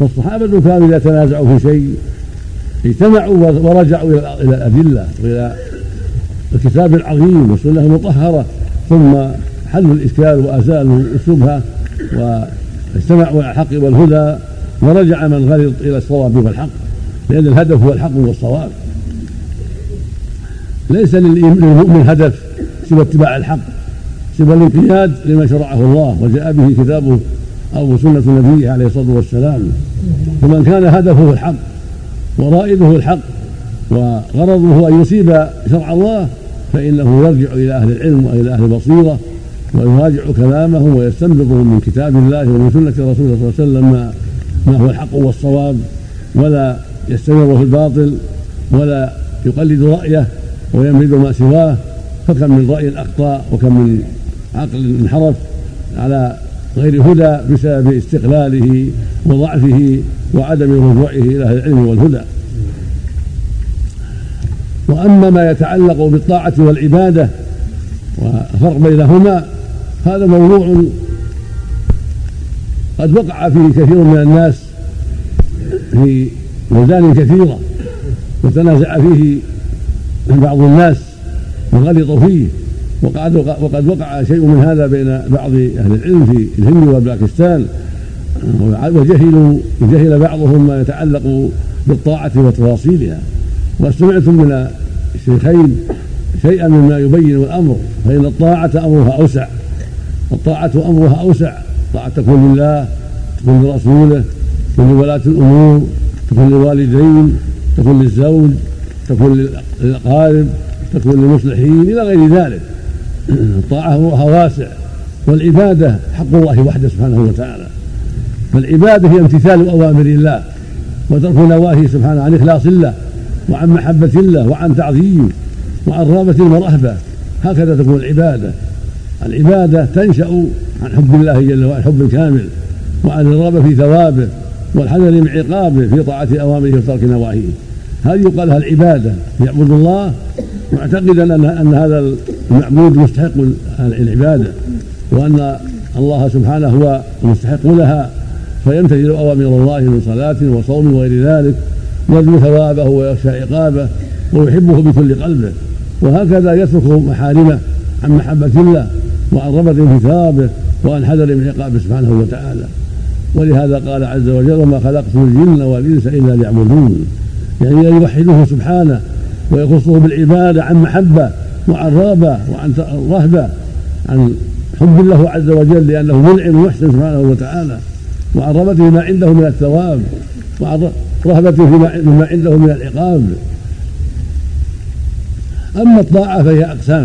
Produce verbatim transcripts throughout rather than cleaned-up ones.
فالصحابة كانوا إذا تنازعوا في شيء اجتمعوا ورجعوا إلى الأدلة وإلى الكتاب العظيم والسنة المطهرة، ثم حلوا الإشكال وأزالوا الشبهة واجتمعوا على الحق والهدى، ورجع من غلط إلى الصواب والحق، لأن الهدف هو الحق والصواب. ليس للمؤمن هدف سوى اتباع الحق، سوى الانقياد لما شرعه الله وجاء به كتابه أو سنة نبيه عليه الصلاة والسلام. فمن كان هدفه الحق ورائده الحق وغرضه أن يصيب شرع الله فإنه يرجع إلى أهل العلم وإلى أهل البصيرة ويراجع كلامهم ويستنبطهم من كتاب الله ومن سنة رسوله صلى الله عليه وسلم ما, ما هو الحق والصواب، ولا يستمر في الباطل ولا يقلد رأيه ويمرد ما سواه. فكم من رأي أخطأ وكم من عقل انحرف على غير هدى بسبب استقلاله وضعفه وعدم رجوعه إلى أهل العلم والهدى. وأما ما يتعلق بالطاعة والعبادة والفرق بينهما هذا موضوع قد وقع فيه كثير من الناس في بلدان كثيرة وتنازع فيه بعض الناس وغلطوا فيه، وقد وقد وقع شيء من هذا بين بعض أهل العلم في الهند وباكستان، وجهلوا جهل بعضهم ما يتعلق بالطاعة وتفاصيلها. واستمعتم من الشيخين شيئا مما يبين الأمر، فإن الطاعة أمرها أوسع، الطاعة أمرها أوسع، طاعة تكون لله، تكون لرسوله، تكون لولاة الأمور، تكون للوالدين، تكون للزوج، تكون للأقارب، تكون للمصلحين إلى غير ذلك. الطاعة أمرها واسع. والعبادة حق الله وحده سبحانه وتعالى، فالعبادة هي امتثال أوامر الله وترك نواهيه سبحانه عن إخلاص الله وعن محبة الله وعن تعظيمه وعن رغبة ورهبة، هكذا تكون العبادة. العبادة تنشأ عن حب الله جل وعلا، الحب الكامل، وعن الرغبة في ثوابه والحذر من عقابه في طاعة أوامره وترك نواهيه. هذه يقال لها العبادة، يعبد الله معتقدا أن, أن هذا المعبود مستحق العبادة وأن الله سبحانه هو المستحق لها، فيمتثل أوامر الله من صلاة وصوم وغير ذلك، يرجو ثوابه ويخشى عقابه ويحبه بكل قلبه، وهكذا يترك محارمه عن محبة الله وعن رغبة في ثوابه وعن حذر من عقابه سبحانه وتعالى. ولهذا قال عز وجل: وما خلقت الجن والإنس إلا ليعبدون، يعني يوحده سبحانه ويخصه بالعبادة عن محبة وعن رغبة وعن رهبة، عن حب الله عز وجل لأنه منعم ومحسن سبحانه وتعالى، وعن رغبته ما عنده من الثواب وعن رهبته فيما عنده من العقاب. أما الطاعة فهي أقسام،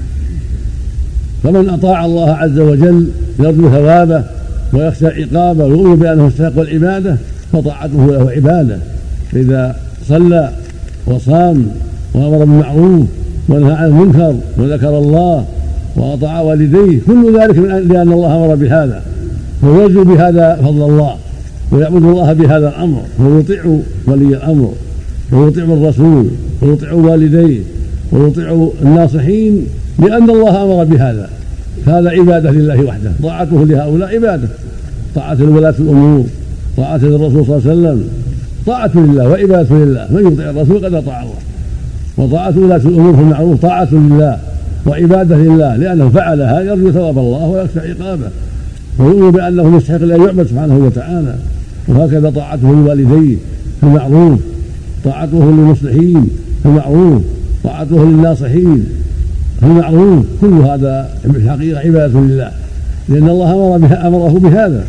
فمن أطاع الله عز وجل يرجو ثوابه ويخشى عقابه ويؤمن بأنه يستحق العبادة فطاعته له عبادة. إذا صلى وصام وأمر بالمعروف ونهى عن المنكر وذكر الله وأطاع والديه، كل ذلك من لأن الله أمر بهذا، ويرجو بهذا فضل الله ويعبد الله بهذا الأمر، ويطيع ولي الأمر ويطيع الرسول ويطيع والديه ويطيع الناصحين لأن الله أمر بهذا، فهذا عبادة لله وحده. طاعته لهؤلاء عبادة، طاعة لولاة الأمور، طاعة للرسول صلى الله عليه وسلم، طاعة لله وعبادة لله. من يطيع الرسول قد أطاع الله، وطاعة ولاة الأمور في المعروف طاعة لله وعبادة لله، لأنه فعلها يرجو ثواب الله ويخشى عقابه ويؤمن بأنه مستحق أن يعبد سبحانه وتعالى. وهكذا طاعته لوالديه في المعروف، طاعته للمصلحين في المعروف، طاعته للناصحين في المعروف، كل هذا في الحقيقة عبادة لله، لأن الله أمر بها أمره بهذا.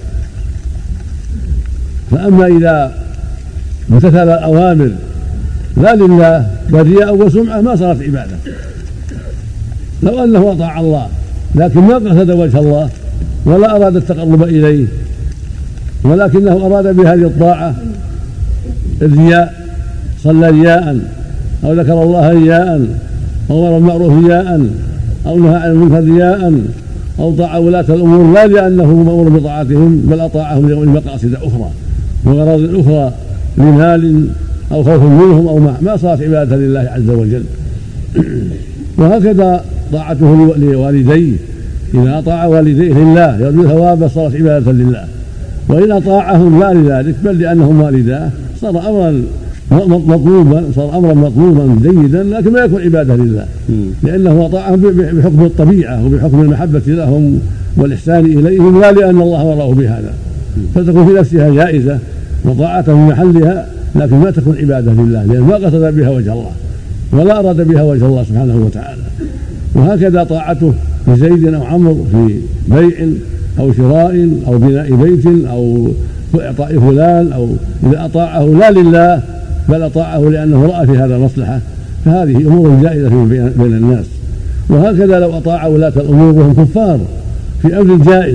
فأما إذا امتثل الأوامر لا لله بل رياء وسمعة ما صارت عبادة. لو أنه أطاع الله لكن ما قصد وجه الله ولا أراد التقرب إليه، ولكنه أراد بهذه الطاعة الرياء، صلى رياء أو ذكر الله رياء أو أمر بالمعروف رياء أو نهى عن المنكر رياء أو طاع ولاة الأمور لا لأنه مأمور بطاعتهم بل أطاعهم لمقاصد أخرى وغرض أخرى لمال أو خوف منهم أو ما, ما صارت عبادة لله عز وجل. وهكذا طاعته لوالديه، إذا أطاع والديه لله يرجو ثوابه صارت عبادة لله، وإن أطاعهم لا لذلك بل لأنهم والداه صار أمرا مطلوبا صار أمرا مطلوبا جيدا، لكن ما يكون عبادة لله، لأنه أطاعهم بحكم الطبيعة وبحكم المحبة لهم والإحسان إليهم، لا لأن الله أمره بهذا، فتكون في نفسها جائزة وطاعة في محلها، لكن ما تكون عبادة لله لأن ما قصد بها وجه الله ولا أراد بها وجه الله سبحانه وتعالى. وهكذا طاعته لزيد أو عمرو في بيع أو شراء أو بناء بيت أو إعطاء فلان، أو إذا أطاعه لا لله بل أطاعه لأنه رأى في هذا مصلحة، فهذه أمور جائزة بين الناس. وهكذا لو أطاع ولاة الأمور وهم كفار في أمر جائز،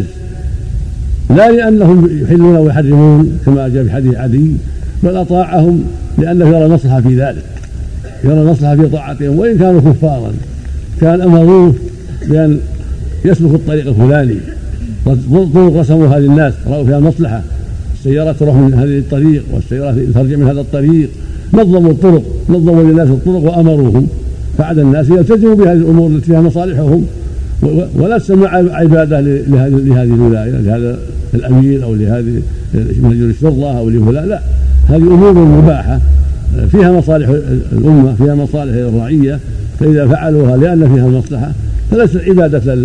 لا لأنهم يحلون ويحرمون كما جاء في حديث عدي، بل أطاعهم لأنه يرى مصلحة في ذلك، يرى مصلحة في طاعتهم وإن كانوا كفارا. كان أمروه بأن يسلك الطريق الفلاني، طرق رسموها للناس رأوا فيها مصلحة، السيارة تروح من هذه الطريق والسيارة ترجع من هذا الطريق، نظموا الطرق نظموا للناس الطرق وأمروهم، فعد الناس يلتزموا بهذه الأمور التي فيها مصالحهم، ولا تسمى عبادة لهذه الولاية لهذا الأمير أو لهذه مجلس الشرطة أو لفلان، لا، هذه أمور مباحة فيها مصالح الأمة فيها مصالح الرعية، فإذا فعلوها لأن فيها المصلحة فليست عبادة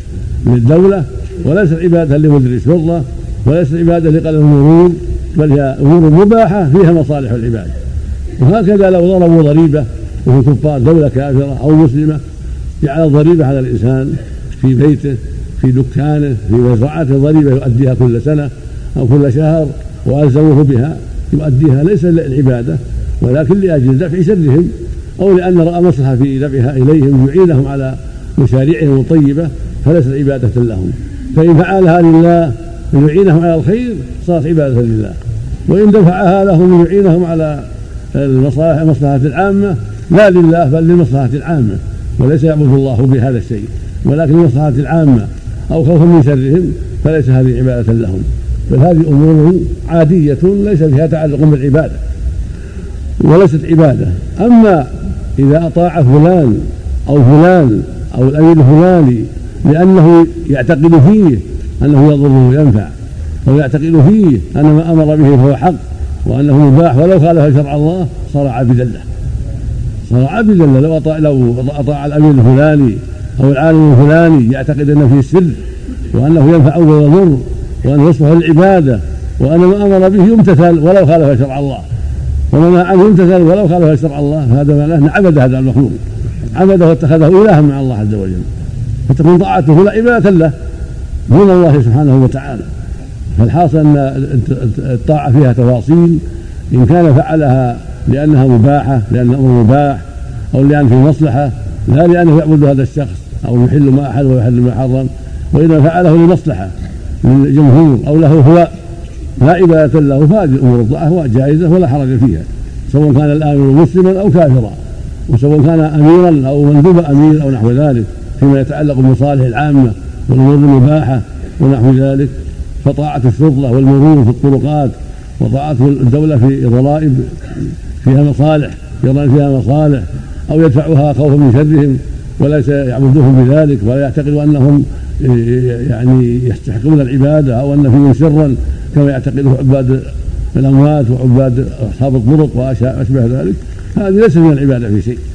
للدولة وليست عبادة لمدير الشرطة وليست عبادة لقلم المرور، بل هي أمور مباحة فيها مصالح العباد. وهكذا لو ضربوا ضريبة وهو كفار دولة كافرة أو مسلمة، جعل ضريبة على الإنسان في بيته في دكانه في مزرعته، ضريبة يؤديها كل سنة أو كل شهر وألزموه بها، يؤديها ليس للعبادة ولكن لأجل دفع شرهم أو لأن رأى مصلحة في دفعها إليهم يعينهم على مشاريعهم الطيبة، فليست عبادة لهم. فإن فعلها لله ليعينهم على الخير صارت عبادة لله، وإن دفعها لهم ليعينهم على المصلحة العامة لا لله بل للمصلحة العامة، وليس يعبد الله بهذا الشيء ولكن للمصلحة العامة أو خوفا من شرهم، فليس هذه عبادة لهم، بل هذه أمور عادية ليس فيها تعلق بالعبادة وليست عبادة. أما إذا أطاع فلان أو فلان أو الأمير الفلاني لأنه يعتقد فيه أنه يضر وينفع، أو يعتقد فيه أن ما أمر به فهو حق وأنه مباح ولو خالف شرع الله، صار عابدا له صار عابدا له لو أطاع, لو أطاع الأمير الفلاني أو العالم الفلاني يعتقد أنه فيه السر وأنه ينفع ويضر وأنه يصلح للعبادة وأن ما أمر به يمتثل ولو خالف شرع الله، وما نهى عنه يمتثل ولو خالف شرع الله، هذا معناه عبد هذا المخلوق، عبده واتخذه إلها مع الله عز وجل، فتكون طاعته لا عبادة له دون الله سبحانه وتعالى. فالحاصل أن الطاعة فيها تفاصيل، إن كان فعلها لأنها مباحة لأن أمر مباح أو لأن في مصلحة لا لأنه يعبد هذا الشخص أو يحل ما أحل ويحل ما حرم، وإذا فعله لمصلحة للجمهور أو له هو لا عبادة له، فهذه الأمور الطاعة جائزة ولا حرج فيها، سواء كان الآمر مسلما أو كافرا، وسواء كان أميرا أو مندوب أمير أو نحو ذلك فيما يتعلق بمصالح العامة والأمور المباحة ونحو ذلك. فطاعة الشرطة والمرور في الطرقات وطاعة الدولة في ضرائب فيها مصالح يرى فيها مصالح أو يدفعها خوفا من شرهم وليس يعبدوهم بذلك ولا يعتقدوا أنهم يعني يستحقون العبادة أو أن فيهم سرا كما يعتقده عباد الأموات وعباد أصحاب الطرق وأشبه ذلك، هذه ليس من العبادة في شيء.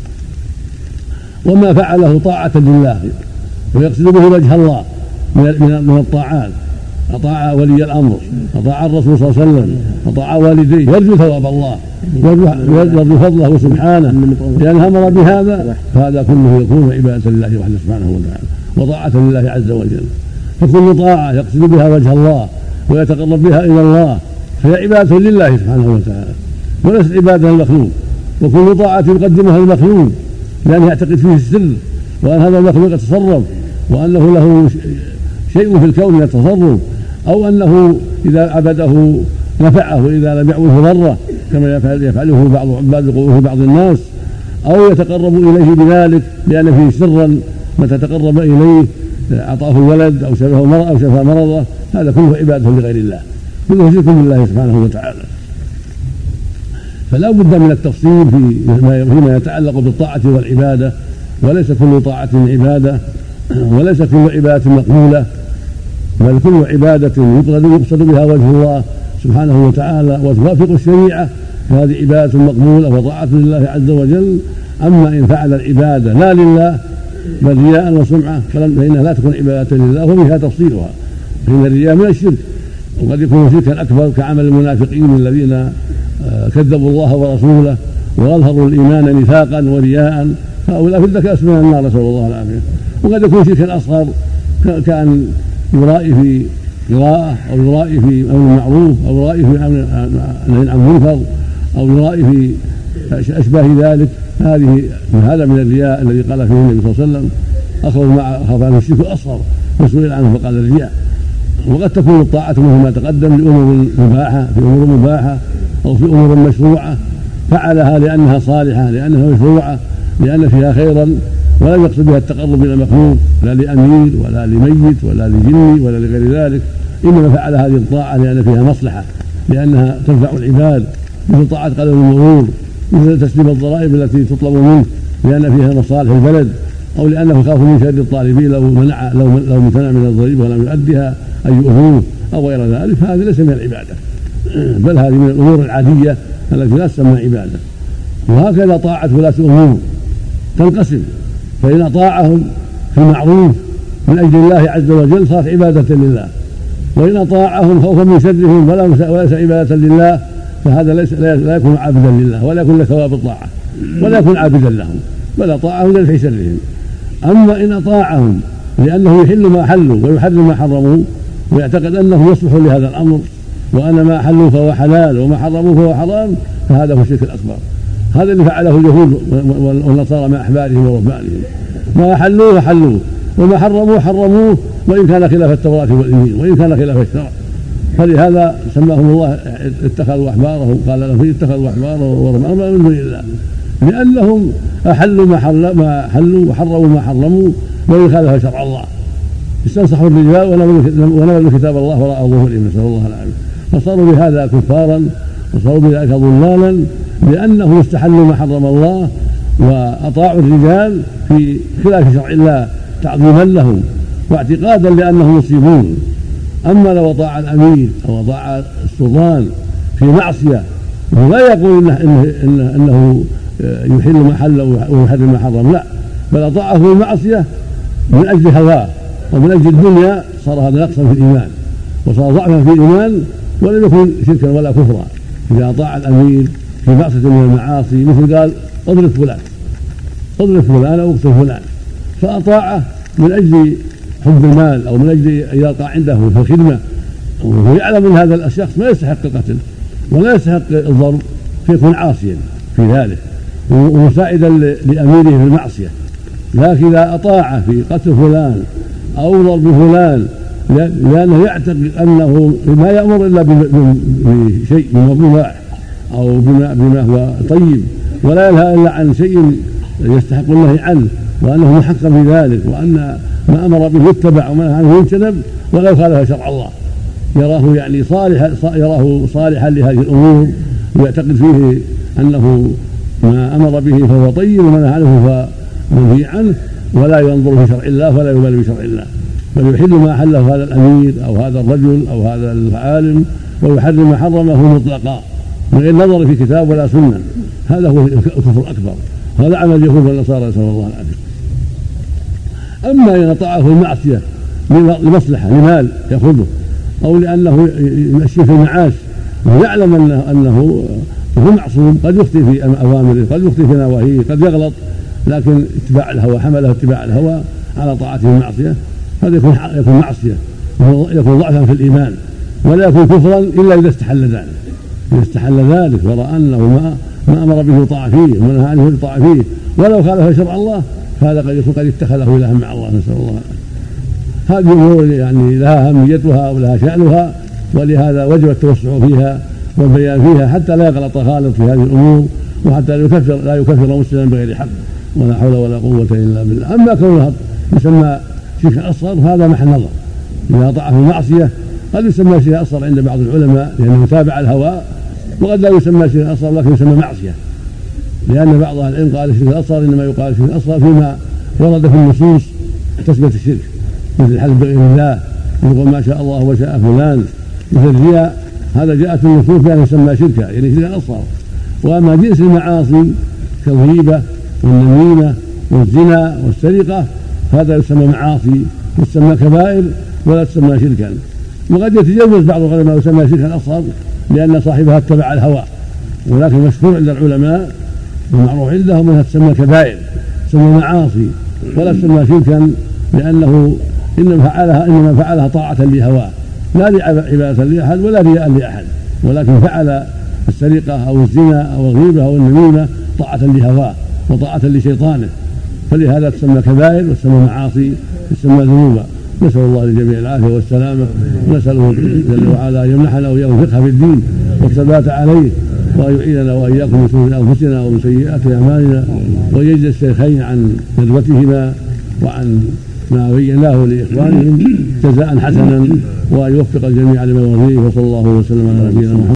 وما فعله طاعة لله ويقصد به وجه الله من الطاعات، أطاع ولي الأمر، أطاع الرسول صلى الله عليه وسلم، أطاع والديه، يرجو ثواب الله ويرجو فضله سبحانه لأن أمر بهذا، فهذا كله يكون عبادة لله وحده سبحانه وتعالى وطاعة لله عز وجل. فكل طاعة يقصد بها وجه الله ويتقرب بها إلى الله فهي عبادة لله سبحانه وتعالى وليست عبادة للمخلوق. وكل طاعة يقدمها المخلوق لأنه يعتقد فيه السر وأن هذا المخلوق يتصرف وأنه له شيء في الكون يتصرف، أو أنه إذا عبده نفعه وإذا لم يعبده ضره كما يفعله بعض عباد القبور بعض الناس، أو يتقرب إليه بذلك لأن فيه سرا متى تقرب إليه أعطاه الولد أو شفاه مرض أو شفى مرضه، هذا كله عبادة لغير الله، كله شرك بالله سبحانه وتعالى. فلا بد من التفصيل فيما يتعلق بالطاعة والعبادة، وليس كل طاعة عبادة وليس كل عبادة مقبولة، بل كل عبادة يقصد بها وجه الله سبحانه وتعالى وتوافق الشريعة فهذه عبادة مقبولة وطاعة لله عز وجل. أما إن فعل العبادة لا لله بل رياء وسمعة فإنها لا تكون عبادة لله وبها تفصيلها، فإن الرياء من الشرك وقد يكون شركا أكبر كعمل المنافقين الذين كذبوا الله ورسوله وأظهروا الإيمان نفاقا ورياء، هؤلاء في الذكاء من النار نسأل الله العافية. وقد يكون شركا أصغر كأن يرائي في قراءة أو يرائي في أمر معروف أو يرائي في نهي عن منكر أو يرائي في أشباه ذلك. هذه هذا من الرياء الذي قال فيه النبي صلى الله عليه وسلم أخذ مع خاف عنه الشرك الأصغر فسئل عنه فقال الرياء. وقد تكون الطاعة مثل ما تقدم لأمور مباحة في أمور مباحة أو في أمور مشروعة فعلها لأنها صالحة لأنها مشروعة لأن فيها خيرا ولا يقصد بها التقرب إلى المخلوق لا لأمير ولا لميت ولا لجني ولا لغير ذلك، إنما فعل هذه الطاعة لأن فيها مصلحة لأنها تنفع العباد، مثل طاعة قدم المرور، مثل تسليم الضرائب التي تطلب منه لأن فيها مصالح البلد، أو لأنه خاف من شر الطالبين لو منع لو لو امتنع من الضريبة ولم يؤديها أن يؤذوه أو غير ذلك. هذه ليس من العبادة بل هذه من الأمور العادية التي لا تسمى عبادة. وهكذا طاعة ولاة الأمور تنقسم، فإن أطاعهم في المعروف من أجل الله عز وجل صارت عبادة لله، وإن أطاعهم خوفا من شرهم وليس عبادة لله فهذا ليس لا يكون عابدا لله ولا يكون له ثواب الطاعة ولا يكون عابدا لهم بل أطاعهم لدفع شرهم. أما إن أطاعهم لأنه يحل ما حلوا ويحرم ما حرموا ويعتقد أنه يصلح لهذا الأمر وأن ما حلوا فهو حلال وما حرموا فهو حرام فهذا هو الشرك الأكبر. هذا اللي فعله اليهود والنصارى مع أحبارهم ورهبانهم، ما حلوه حلوه وما حرموه حرموه وإن كان خلاف التوراة والإنجيل وإن كان خلاف الشرع. فلهذا سماهم الله اتخذوا أحبارهم قال لهم اتخذوا أحبارهم ورهبانهم من دون الله لأنهم أحلوا ما حلوا ما حلوا وحرموا ما حرموا وإن خالف شرع الله. استنصحوا الرجال ونبذوا كتاب الله وراء ظهورهم نسأل الله العافية، فصاروا بهذا كفارا وصاروا بذلك ضلالا لأنهم استحلوا ما حرم الله وأطاعوا الرجال في خلاف شرع الله تعظيما لهم واعتقادا لأنهم مصيبون. أما لو أطاع الأمير أو أطاع السلطان في معصية وهو لا يقول إنه, إنه, إنه يحل ما حل ويحرم ما حرم، لا بل أطاعه في المعصية من أجل هواه ومن أجل الدنيا صار هذا نقصا في الإيمان وصار ضعفا في الإيمان ولم يكن شركا ولا كفرا. إذا أطاع الأمير في معصية من المعاصي مثل قال اضرب فلان اضرب فلان أو اقتل فلان فأطاعه من أجل حب المال أو من أجل أن يلقى عنده في الخدمة وهو يعلم أن هذا الشخص ما يستحق القتل ولا يستحق الضرب فيكون عاصيا في ذلك ومساعدا لأميره في المعصية. لكن إذا أطاع في قتل فلان أو ضرب فلان لأنه يعتقد أنه ما يأمر إلا بشيء مباح أو بما, بما هو طيب ولا ينهى إلا عن شيء يستحق النهي عنه وأنه محق في ذلك وأن ما أمر به يتبع وما نهى عنه يجتنب ولا يخالف شرع الله، يراه يعني صالحا يراه صالحا لهذه الأمور ويعتقد فيه أنه ما أمر به فهو طيب وما نهى عنه فهو منهي عنه ولا ينظر في شرع الله ولا يبالي بشرع الله، بل يحل ما حله هذا الأمير أو هذا الرجل أو هذا العالم ويحرم ما حرمه مطلقا من غير نظر في كتاب ولا سنة. هذا هو الكفر الأكبر، هذا عمل اليهود والنصارى نسأل الله العافية. أما إن أطاعه المعصية لمصلحة لمال يأخذه أو لأنه يمشي في المعاش ويعلم أنه, أنه هو معصوم قد يخطئ في أوامره قد يخطئ في نواهيه قد يغلط لكن اتباع الهوى حمله اتباع الهوى على طاعته المعصية هذا يكون يكون معصية ويكون ضعفا في الإيمان ولا يكون كفرا إلا إذا استحل ذلك. إذا استحل ذلك ورأى أنه ما, ما أمر به طاعة فيه وما نهى عنه طاعة فيه ولو خالف شرع الله فهذا قد يكون قد اتخذه إلها مع الله نسأل الله. هذه أمور يعني لها أهميتها ولها شأنها ولهذا وجب التوسع فيها والبيان فيها حتى لا يغلط خالط في هذه الأمور وحتى لا يكفر لا يكفر مسلما بغير حق ولا حول ولا قوة إلا بالله. أما كونها يسمى شركا أصغر هذا محل نظر، إذا أطاع في المعصية قد يسمى شركا أصغر عند بعض العلماء لأنه تابع الهوى وقد لا يسمى شركا أصغر لكن يسمى معصية لأن بعض أهل العلم قال الشرك الأصغر إنما يقال الشرك الأصغر فيما ورد في النصوص تسمية الشرك مثل الحلف بغير الله يقول ما شاء الله وشاء فلان. مثل الرياء هذا جاءت النصوص بأن يسمى شركا يعني شركا أصغر. وأما جنس المعاصي كالغيبة والنميمة والزنا والسرقة هذا يسمى معاصي يسمى كبائر ولا تسمى شركا. وقد يتجوز بعض العلماء يسمى شركا أصغر لأن صاحبها اتبع الهوى، ولكن مشهور عند العلماء والمعروف عندهم أنها تسمى كبائر تسمى معاصي ولا تسمى شركا، لأنه إنما فعلها إنما فعلها طاعة لهواه لا لعبادة لأحد ولا رياء لأحد، ولكن فعل السرقة أو الزنا أو الغيبة أو النميمة طاعة لهواه وطاعة لشيطانه، فلهذا تسمى كبائر وتسمى معاصي تسمى ذنوبا. نسأل الله للجميع العافية والسلامة، ونسأله جل وعلا أن يمنحنا وإياكم الفقه في الدين والثبات عليه، وأن يعيننا وإياكم من شرور أنفسنا ومن سيئات أعمالنا، وأن يجزي الشيخين عن ندوتهما وعن ما بيناه لإخوانهم جزاء حسنا، وأن يوفق الجميع لما يرضيه. وصلى الله وسلم على نبينا محمد.